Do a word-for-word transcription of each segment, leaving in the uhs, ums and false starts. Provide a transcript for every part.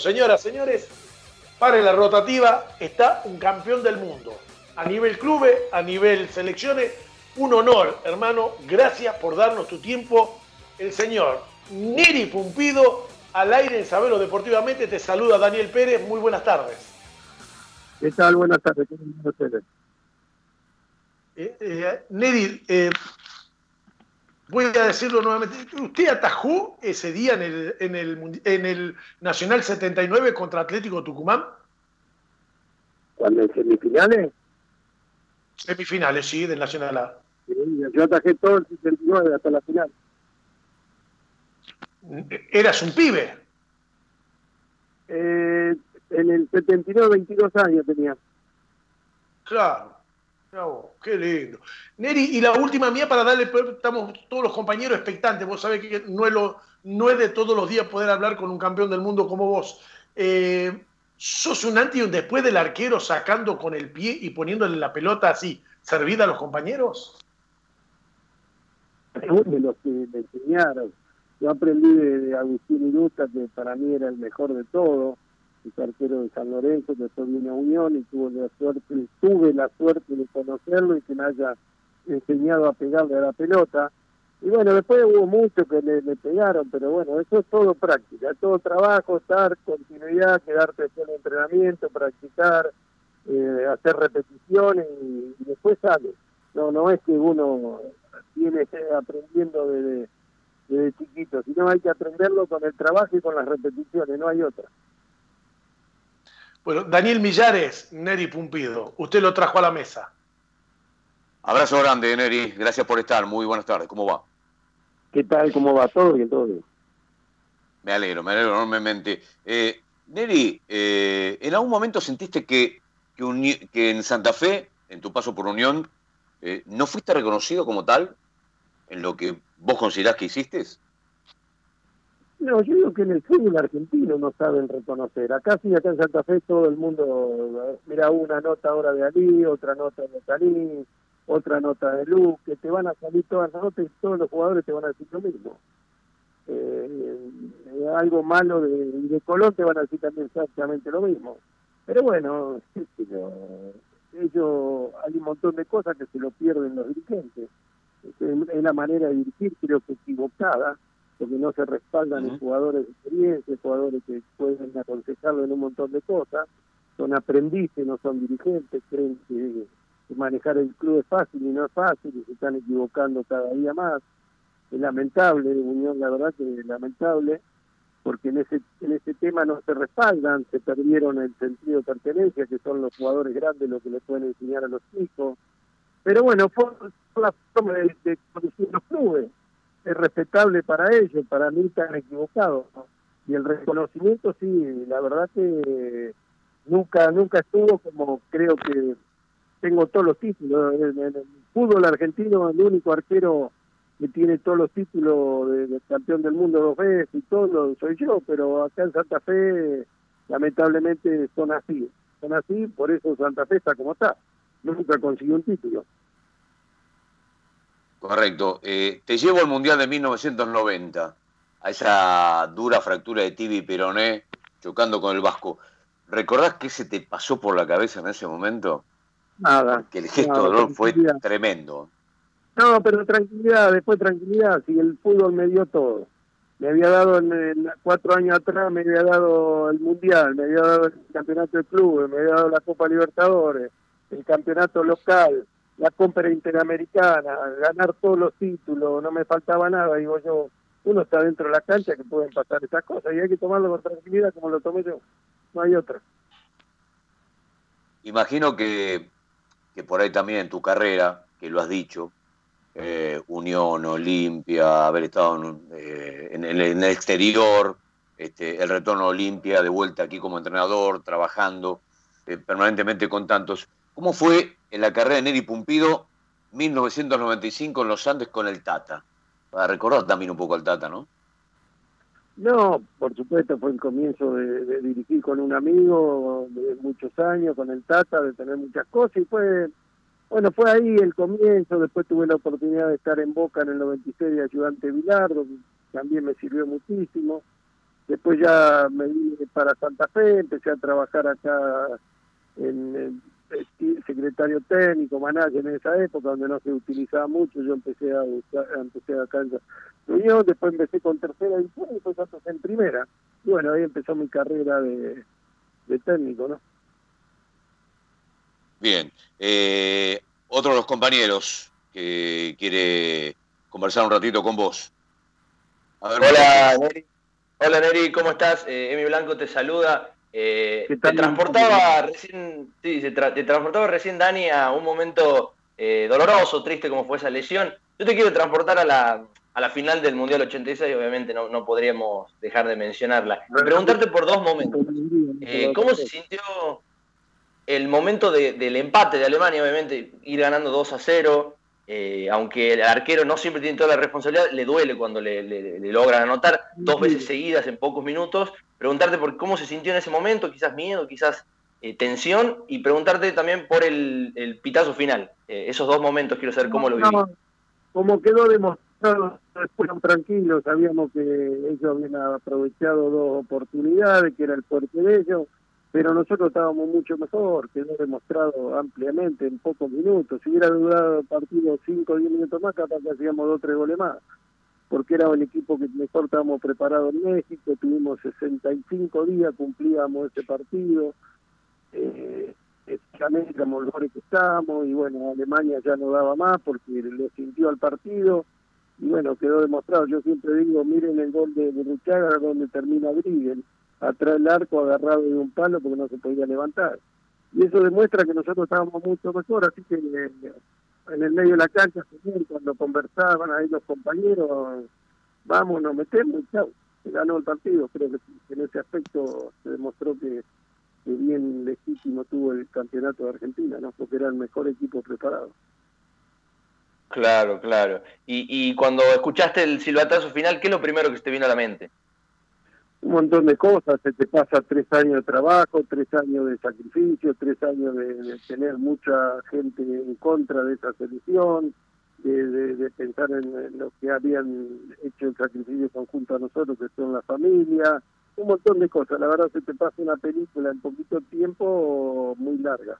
Señoras, señores, para la rotativa está un campeón del mundo. A nivel clubes, a nivel selecciones, un honor, hermano. Gracias por darnos tu tiempo. El señor Neri Pumpido, al aire en Sabelo Deportivamente, te saluda Daniel Pérez. Muy buenas tardes. ¿Qué tal? Buenas tardes. ¿Cómo estás? Eh, eh, Neri, eh, voy a decirlo nuevamente. ¿Usted atajó ese día en el, en el, en el Nacional setenta y nueve contra Atlético Tucumán? ¿Cuándo en semifinales? Semifinales, sí, del Nacional A. Sí, yo atajé todo el setenta y nueve hasta la final. Eras un pibe. Eh, en el setenta y nueve, veintidós años tenía. Claro. No, qué lindo. Neri, y la última mía para darle, estamos todos los compañeros expectantes, vos sabés que no es, lo, no es de todos los días poder hablar con un campeón del mundo como vos. Eh, ¿Sos un antes y un después del arquero sacando con el pie y poniéndole la pelota así, servida a los compañeros? De los que me enseñaron. Yo aprendí de, de Agustín Irusta, que para mí era el mejor de todos, el arquero de San Lorenzo, que después vino a Unión y tuve la suerte, tuve la suerte de conocerlo y que me haya enseñado a pegarle a la pelota. Y bueno, después hubo muchos que le, le pegaron, pero bueno, eso es todo práctica, todo trabajo, estar, continuidad, quedarte en el entrenamiento, practicar, eh, hacer repeticiones y, y después sale. No, no es que uno viene aprendiendo desde, desde chiquito, sino hay que aprenderlo con el trabajo y con las repeticiones, no hay otra. Bueno, Daniel Millares, Neri Pumpido, usted lo trajo a la mesa. Abrazo grande, Neri, gracias por estar, muy buenas tardes, ¿cómo va? ¿Qué tal? ¿Cómo va todo? Bien, todo bien. Me alegro, me alegro enormemente. Eh, Neri, eh, ¿en algún momento sentiste que, que, un, que en Santa Fe, en tu paso por Unión, eh, no fuiste reconocido como tal en lo que vos considerás que hiciste? No, yo digo que en el fútbol argentino no saben reconocer. Acá sí, acá en Santa Fe todo el mundo, mira, una nota ahora de Ali, otra nota de Talín, otra nota de Luz, que te van a salir todas las notas y todos los jugadores te van a decir lo mismo. Eh, eh, algo malo de, de Colón te van a decir también exactamente lo mismo. Pero bueno, ellos, hay un montón de cosas que se lo pierden los dirigentes. Es la manera de dirigir, creo que equivocada, porque no se respaldan uh-huh. en jugadores de experiencia, jugadores que pueden aconsejarlo en un montón de cosas, son aprendices, no son dirigentes, creen que, que manejar el club es fácil y no es fácil, y se están equivocando cada día más. Es lamentable, Unión, la verdad que es lamentable, porque en ese en ese tema no se respaldan, se perdieron el sentido de pertenencia, que son los jugadores grandes los que les pueden enseñar a los chicos. Pero bueno, fue la forma de, de conducir los clubes. Es respetable para ellos, para mí están equivocados, ¿no? Y el reconocimiento sí, la verdad que nunca nunca estuvo como creo que tengo todos los títulos. En, en el fútbol argentino el único arquero que tiene todos los títulos de, de campeón del mundo dos veces y todo soy yo, pero acá en Santa Fe lamentablemente son así, son así, por eso Santa Fe está como está, nunca consiguió un título. Correcto. Eh, te llevo al Mundial de mil novecientos noventa, a esa dura fractura de tibia y peroné, chocando con el Vasco. ¿Recordás qué se te pasó por la cabeza en ese momento? Nada. Que el gesto nada, de dolor fue tremendo. No, pero tranquilidad, después tranquilidad, si el fútbol me dio todo. Me había dado, en, en cuatro años atrás, me había dado el Mundial, me había dado el Campeonato de Clubes, me había dado la Copa Libertadores, el Campeonato Local, la Copa Interamericana, ganar todos los títulos, no me faltaba nada. Digo yo, uno está dentro de la cancha que pueden pasar estas cosas y hay que tomarlo con tranquilidad como lo tomé yo, no hay otra. Imagino que, que por ahí también en tu carrera, que lo has dicho, eh, Unión, Olimpia, haber estado en, eh, en, el, en el exterior, este, el retorno a Olimpia, de vuelta aquí como entrenador, trabajando eh, permanentemente con tantos. ¿Cómo fue en la carrera de Neri Pumpido mil novecientos noventa y cinco en los Andes con el Tata? Para recordar también un poco al Tata, ¿no? No, por supuesto, fue el comienzo de, de dirigir con un amigo de muchos años, con el Tata, de tener muchas cosas, y fue, bueno, fue ahí el comienzo. Después tuve la oportunidad de estar en Boca en el noventa y seis de ayudante Bilardo, también me sirvió muchísimo. Después ya me vine para Santa Fe, empecé a trabajar acá en, en secretario técnico, manager en esa época donde no se utilizaba mucho. Yo empecé a buscar, empecé acá en Unión, después empecé con tercera división y después empecé en primera. Y bueno, ahí empezó mi carrera de, de técnico, ¿no? Bien. Eh, otro de los compañeros que quiere conversar un ratito con vos. A ver, Hola, Neri. Hola, Neri, ¿cómo estás? Eh, Emi Blanco te saluda. Eh, te transportaba recién, sí, te, tra te transportaba recién, Dani, a un momento eh, doloroso, triste como fue esa lesión. Yo te quiero transportar a la, a la final del Mundial ochenta y seis, obviamente no, no podríamos dejar de mencionarla. Y preguntarte por dos momentos. Eh, ¿Cómo se sintió el momento de, del empate de Alemania? Obviamente, ir ganando dos a cero, eh, aunque el arquero no siempre tiene toda la responsabilidad, le duele cuando le, le, le logran anotar dos veces seguidas en pocos minutos. Preguntarte por cómo se sintió en ese momento, quizás miedo, quizás eh, tensión, y preguntarte también por el, el pitazo final. Eh, esos dos momentos quiero saber cómo lo viví. No, como quedó demostrado, fueron tranquilos, sabíamos que ellos habían aprovechado dos oportunidades, que era el fuerte de ellos, pero nosotros estábamos mucho mejor, quedó demostrado ampliamente en pocos minutos. Si hubiera durado el partido cinco o diez minutos más, capaz que hacíamos dos o tres goles más, porque era el equipo que mejor estábamos preparados en México, tuvimos sesenta y cinco días, cumplíamos ese partido, eh, exactamente éramos los mejores que estábamos, y bueno, Alemania ya no daba más porque le sintió al partido, y bueno, quedó demostrado. Yo siempre digo, miren el gol de Burruchaga donde termina Briegel, atrás del arco agarrado de un palo porque no se podía levantar, y eso demuestra que nosotros estábamos mucho mejor. Así que eh, en el medio de la cancha, cuando conversaban ahí los compañeros, vamos, nos metemos y chau, se ganó el partido. Creo que en ese aspecto se demostró que, que bien legítimo tuvo el campeonato de Argentina, ¿no? Porque era el mejor equipo preparado. Claro, claro. Y, y cuando escuchaste el silbatazo final, ¿qué es lo primero que se te vino a la mente? Un montón de cosas. Se te pasa tres años de trabajo, tres años de sacrificio, tres años de, de tener mucha gente en contra de esa selección, de, de, de pensar en, en lo que habían hecho el sacrificio conjunto a nosotros, que son la familia, un montón de cosas. La verdad, se te pasa una película en poquito tiempo muy larga.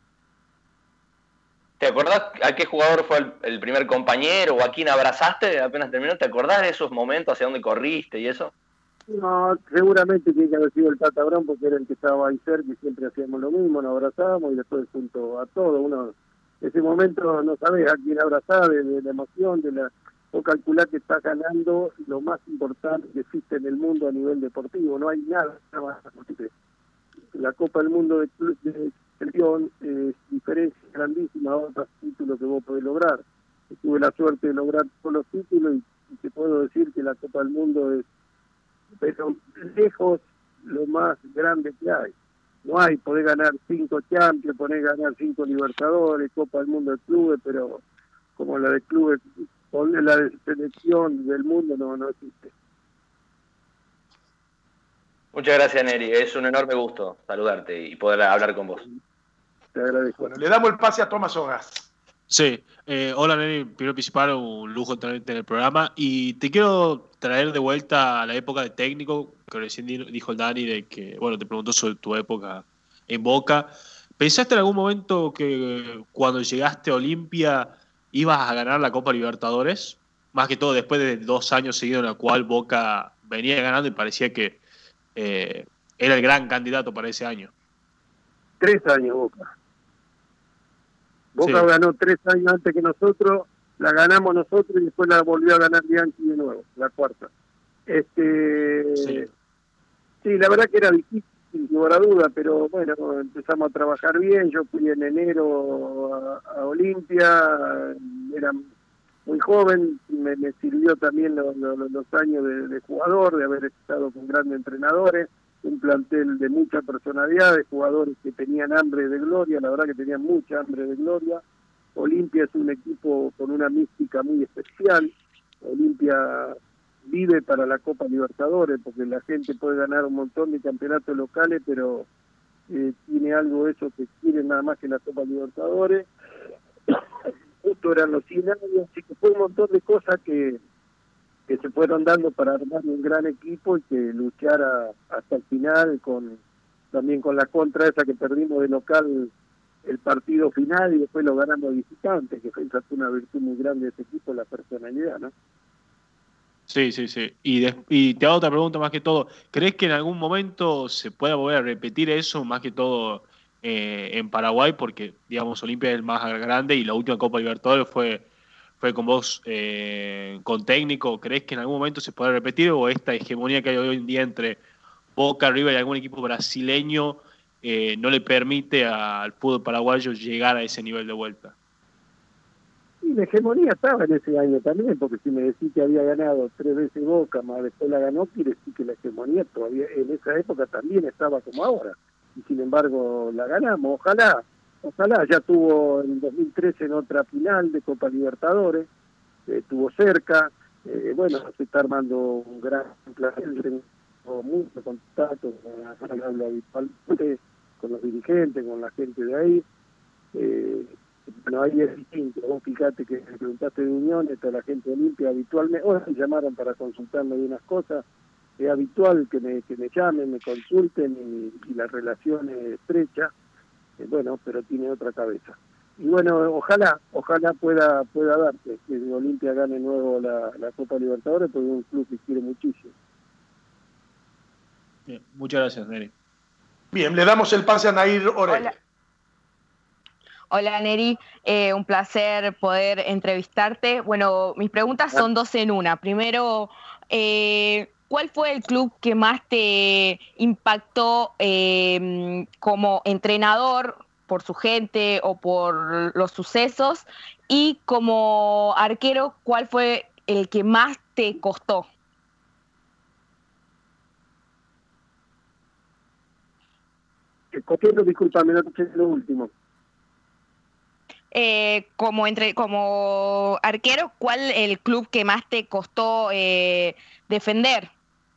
¿Te acordás a qué jugador fue el, el primer compañero o a quién abrazaste apenas terminó? ¿Te acordás de esos momentos, hacia dónde corriste y eso? No, seguramente tiene que haber sido el Tata Brown, porque era el que estaba ahí cerca y siempre hacíamos lo mismo, nos abrazábamos y después junto a todos. Uno, en ese momento no sabés a quién abrazar, de, de la emoción, de la o calcular que estás ganando lo más importante que existe en el mundo a nivel deportivo. No hay nada más. La Copa del Mundo de, de selección es eh, diferencia grandísima a otros títulos que vos podés lograr. Tuve la suerte de lograr todos los títulos y, y te puedo decir que la Copa del Mundo es, pero lejos, lo más grande que hay. No hay, podés ganar cinco Champions, podés ganar cinco Libertadores, Copa del Mundo de clubes, pero como la de clubes, la de selección del mundo no, no existe. Muchas gracias, Neri. Es un enorme gusto saludarte y poder hablar con vos. Te agradezco. Bueno, le damos el pase a Tomás Hogas. Sí, eh, hola Neri, primero principal, un lujo tenerte en el programa y te quiero traer de vuelta a la época de técnico, que recién dijo el Dani, de que, bueno, te preguntó sobre tu época en Boca. ¿Pensaste en algún momento que cuando llegaste a Olimpia ibas a ganar la Copa Libertadores? Más que todo después de dos años seguidos en la cual Boca venía ganando y parecía que eh, era el gran candidato para ese año. Tres años Boca. Boca sí. Ganó tres años antes que nosotros, la ganamos nosotros y después la volvió a ganar Bianchi de nuevo, la cuarta. Este, sí. sí, la verdad que era difícil, sin lugar a duda, pero bueno, empezamos a trabajar bien. Yo fui en enero a, a Olimpia, era muy joven, me, me sirvió también lo, lo, los años de, de jugador, de haber estado con grandes entrenadores, un plantel de mucha personalidad, de jugadores que tenían hambre de gloria, la verdad que tenían mucha hambre de gloria. Olimpia es un equipo con una mística muy especial. Olimpia vive para la Copa Libertadores, porque la gente puede ganar un montón de campeonatos locales, pero eh, tiene algo eso que quiere nada más que la Copa Libertadores. Justo eran los cien años, así que fue un montón de cosas que que se fueron dando para armar un gran equipo y que luchara hasta el final, con también con la contra esa que perdimos de local el partido final y después lo ganamos visitantes, que fue una virtud muy grande de ese equipo, la personalidad, ¿no? Sí, sí, sí. Y, de, y te hago otra pregunta más que todo. ¿Crees que en algún momento se pueda volver a repetir eso, más que todo eh, en Paraguay? Porque, digamos, Olimpia es el más grande y la última Copa Libertadores fue, fue con vos, eh, con técnico. ¿Crees que en algún momento se pueda repetir o esta hegemonía que hay hoy en día entre Boca, River y algún equipo brasileño eh, no le permite al fútbol paraguayo llegar a ese nivel de vuelta? Y la hegemonía estaba en ese año también, porque si me decís que había ganado tres veces Boca, más después la ganó, quiere decir que la hegemonía todavía en esa época también estaba como ahora. Y sin embargo la ganamos, ojalá, ojalá, ya tuvo en dos mil trece en otra final de Copa Libertadores, eh, estuvo cerca, eh, bueno, se está armando un gran plantel, tengo mucho contacto con la hablo habitualmente, con los dirigentes, con la gente de ahí, eh, bueno, ahí es distinto. Vos fijate que me preguntaste de Unión, esta la gente de Olimpia habitualmente, hoy me llamaron para consultarme de unas cosas, es habitual que me, que me llamen, me consulten y, y la relación es estrecha, eh, bueno, pero tiene otra cabeza. Y bueno, ojalá, ojalá pueda pueda darse, que Olimpia gane nuevo la, la Copa Libertadores, porque es un club que quiere muchísimo. Bien, muchas gracias, Neri. Bien, le damos el pase a Nair Orell. Hola. Hola Neri, eh, un placer poder entrevistarte. Bueno, mis preguntas son dos en una. Primero, eh, ¿cuál fue el club que más te impactó eh, como entrenador, por su gente o por los sucesos? Y como arquero, ¿cuál fue el que más te costó? Cotiendo, discúlpame, no te lo último. Eh, como entre como arquero, ¿cuál el club que más te costó eh, defender?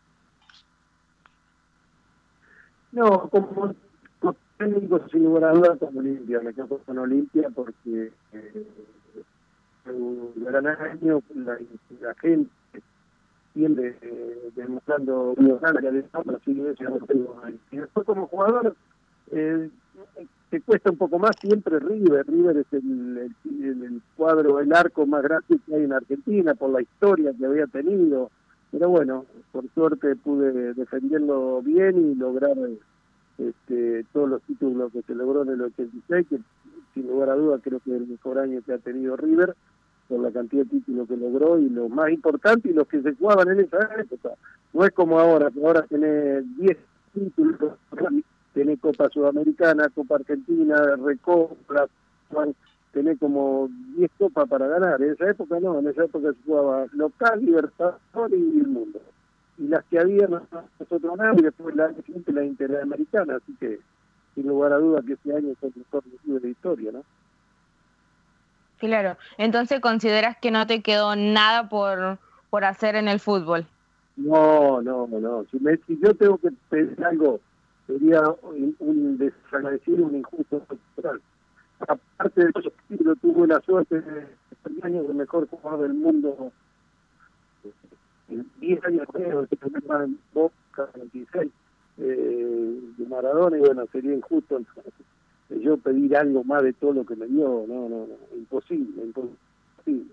No, como, como técnico, sin lugar a dudas, con Olimpia. Me quedo con Olimpia porque eh, un gran año, la, la gente siempre eh, demostrando una gana de así y después como jugador eh, te cuesta un poco más siempre River. River es el, el, el cuadro, el arco más grande que hay en Argentina por la historia que había tenido, pero bueno, por suerte pude defenderlo bien y lograr este, todos los títulos que se logró en el ochenta y seis, que sin lugar a dudas creo que es el mejor año que ha tenido River por la cantidad de títulos que logró y lo más importante y los que se jugaban en esa época. No es como ahora, que ahora tenés diez títulos, tenés Copa Sudamericana, Copa Argentina, Recopa, tenés como diez copas para ganar. En esa época no, en esa época se jugaba local, Libertadores y el mundo. Y las que había nosotros nada, y después la siguiente la Interamericana, así que sin lugar a dudas que ese año fue el mejor de la historia, ¿no? Claro, entonces consideras que no te quedó nada por, por hacer en el fútbol. No, no, no. Si, me, si yo tengo que pedir algo, sería un, un desagradecido, un injusto total. Aparte de eso, yo tuve la suerte de ser años el mejor jugador del mundo. En diez años creo, que primer más en Boca, veintiséis, eh, de Maradona, y bueno, sería injusto entonces, yo pedir algo más de todo lo que me dio. No, no, no, imposible, imposible.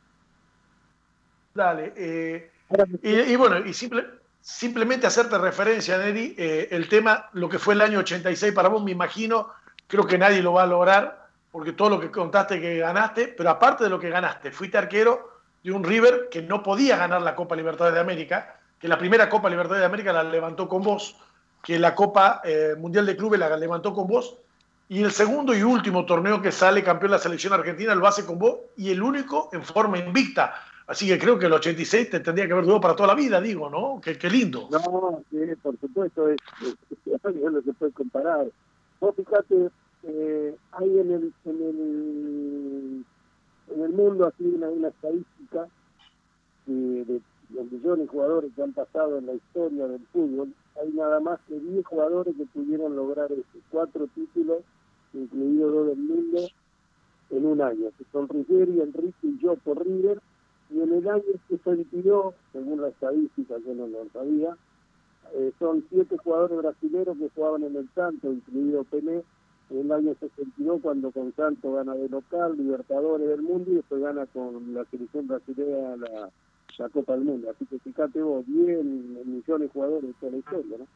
Dale, eh, y, y bueno, y simple, simplemente hacerte referencia, Neri, eh, el tema, lo que fue el año ochenta y seis para vos, me imagino, creo que nadie lo va a lograr, porque todo lo que contaste que ganaste, pero aparte de lo que ganaste, fuiste arquero de un River que no podía ganar la Copa Libertadores de América, que la primera Copa Libertadores de América la levantó con vos, que la Copa eh, Mundial de Clubes la levantó con vos, y el segundo y último torneo que sale campeón la selección argentina lo hace con vos, y el único en forma invicta. Así que creo que el ochenta y seis te tendría que haber durado para toda la vida, digo, ¿no? Qué, qué lindo. No, sí, por supuesto, es, es, es, es lo que puede comparar. Vos fíjate, eh, hay en el, en el en el mundo así una, una estadística de, de los millones de jugadores que han pasado en la historia del fútbol. Hay nada más que diez jugadores que pudieron lograr esos cuatro títulos, incluidos dos del mundo, en un año, que son Ruggeri, Enrique y yo por River, y en el año sesenta y dos, según la estadística, yo no lo sabía, eh, son siete jugadores brasileños que jugaban en el Santos, incluido Pelé, en el año sesenta y dos, cuando con Santos gana de local, Libertadores del Mundo, y después gana con la selección brasileña la, la Copa del Mundo. Así que fíjate vos, diez millones de jugadores de toda la historia, ¿no?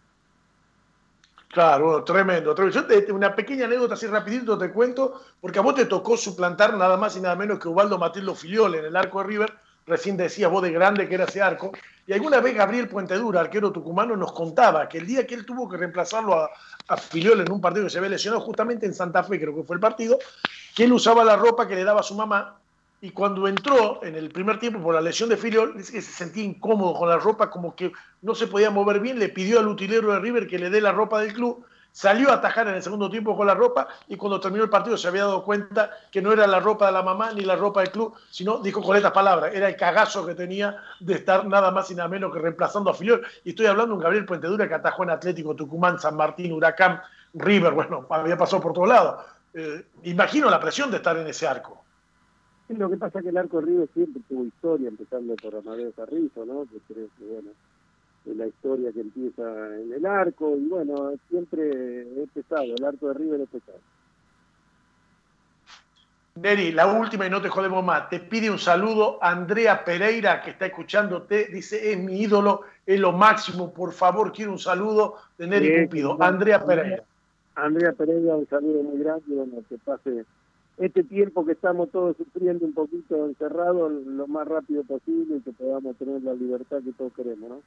Claro, tremendo, tremendo. Yo te, una pequeña anécdota así rapidito te cuento, porque a vos te tocó suplantar nada más y nada menos que Ubaldo Matildo Filiol en el arco de River. Recién decías vos de grande que era ese arco. Y alguna vez Gabriel Puentedura, arquero tucumano, nos contaba que el día que él tuvo que reemplazarlo a, a Filiol en un partido que se había lesionado justamente en Santa Fe, creo que fue el partido, que él usaba la ropa que le daba su mamá. Y cuando entró en el primer tiempo por la lesión de Filiol, dice que se sentía incómodo con la ropa, como que no se podía mover bien, le pidió al utilero de River que le dé la ropa del club, salió a atajar en el segundo tiempo con la ropa y cuando terminó el partido se había dado cuenta que no era la ropa de la mamá ni la ropa del club, sino, dijo con estas palabras, era el cagazo que tenía de estar nada más y nada menos que reemplazando a Filiol. Y estoy hablando de un Gabriel Puentedura que atajó en Atlético Tucumán, San Martín, Huracán, River, bueno, había pasado por todos lados. Eh, imagino la presión de estar en ese arco. Lo que pasa es que el arco River siempre tuvo historia, empezando por Amadeo Carrizo, ¿no? Que creo que, bueno, es la historia que empieza en el arco, y bueno, siempre es pesado, el arco de River es pesado. Neri, la última y no te jodemos más. Te pide un saludo Andrea Pereira, que está escuchándote, dice, es mi ídolo, es lo máximo, por favor, quiero un saludo de Neri sí, Cumpido. Sí, Andrea Pereira. Andrea Pereira, un saludo muy grande, bueno, que pase este tiempo que estamos todos sufriendo un poquito encerrados lo más rápido posible y que podamos tener la libertad que todos queremos, ¿no?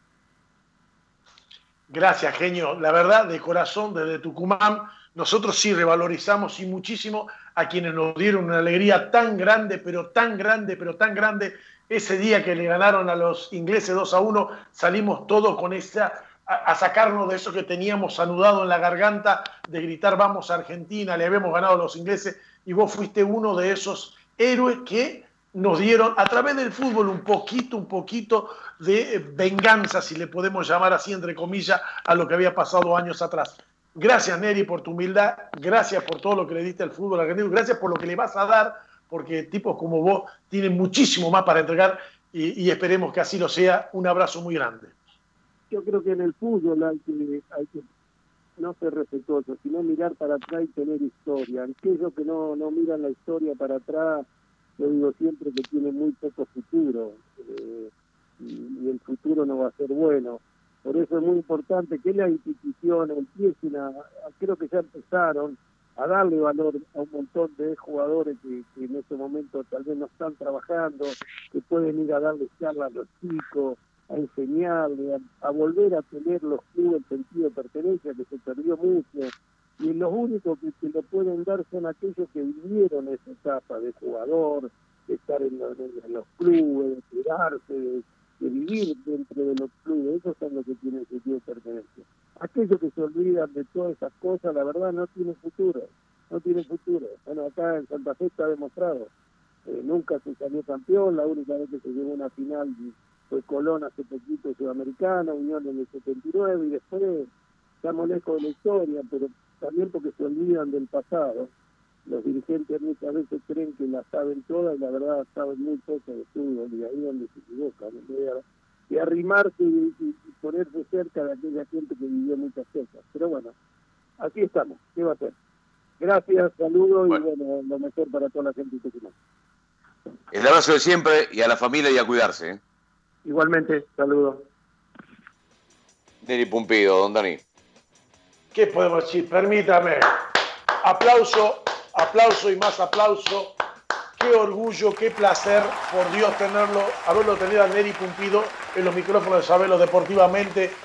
Gracias, genio. La verdad, de corazón, desde Tucumán, nosotros sí revalorizamos y muchísimo a quienes nos dieron una alegría tan grande, pero tan grande, pero tan grande. Ese día que le ganaron a los ingleses dos a uno, salimos todos con esa, a, a sacarnos de eso que teníamos anudado en la garganta, de gritar vamos a Argentina, le habíamos ganado a los ingleses, y vos fuiste uno de esos héroes que nos dieron a través del fútbol un poquito, un poquito de venganza, si le podemos llamar así, entre comillas, a lo que había pasado años atrás. Gracias, Neri, por tu humildad, gracias por todo lo que le diste al fútbol argentino, gracias por lo que le vas a dar, porque tipos como vos tienen muchísimo más para entregar y, y esperemos que así lo sea. Un abrazo muy grande. Yo creo que en el fútbol hay que, hay que no ser respetuoso, sino mirar para atrás y tener historia. Aquellos que no, no miran la historia para atrás, yo digo siempre que tienen muy poco futuro, eh, y, y el futuro no va a ser bueno. Por eso es muy importante que las instituciones empiecen a, a creo que ya empezaron, a darle valor a un montón de jugadores que, que en este momento tal vez no están trabajando, que pueden ir a darle charlas a los chicos, a enseñarle, a, a volver a tener los clubes el sentido de pertenencia que se perdió mucho, y los únicos que, que lo pueden dar son aquellos que vivieron esa etapa de jugador, de estar en los, en los clubes, de quedarse, de, de vivir dentro de los clubes. Esos son los que tienen sentido de pertenencia. Aquellos que se olvidan de todas esas cosas, la verdad, no tienen futuro, no tienen futuro. Bueno, acá en Santa Fe está demostrado, eh, nunca se salió campeón, la única vez que se llegó a una final fue Colón hace poquito Sudamericana, Unión en el setenta y nueve, y después estamos lejos de la historia, pero también porque se olvidan del pasado. Los dirigentes muchas veces creen que la saben todas y la verdad saben muy poco de fútbol, y ahí es donde se equivocan, y arrimarse y, y, y ponerse cerca de aquella gente que vivió muchas cosas. Pero bueno, aquí estamos, ¿qué va a hacer? Gracias, saludos bueno. Y bueno, lo mejor para toda la gente que se. El abrazo de siempre y a la familia y a cuidarse, ¿eh? Igualmente, saludos. Neri Pumpido, don Dani. ¿Qué podemos decir? Permítame. Aplauso, aplauso y más aplauso. Qué orgullo, qué placer, por Dios, tenerlo, haberlo tenido a Neri Pumpido en los micrófonos de Sabelo Deportivamente.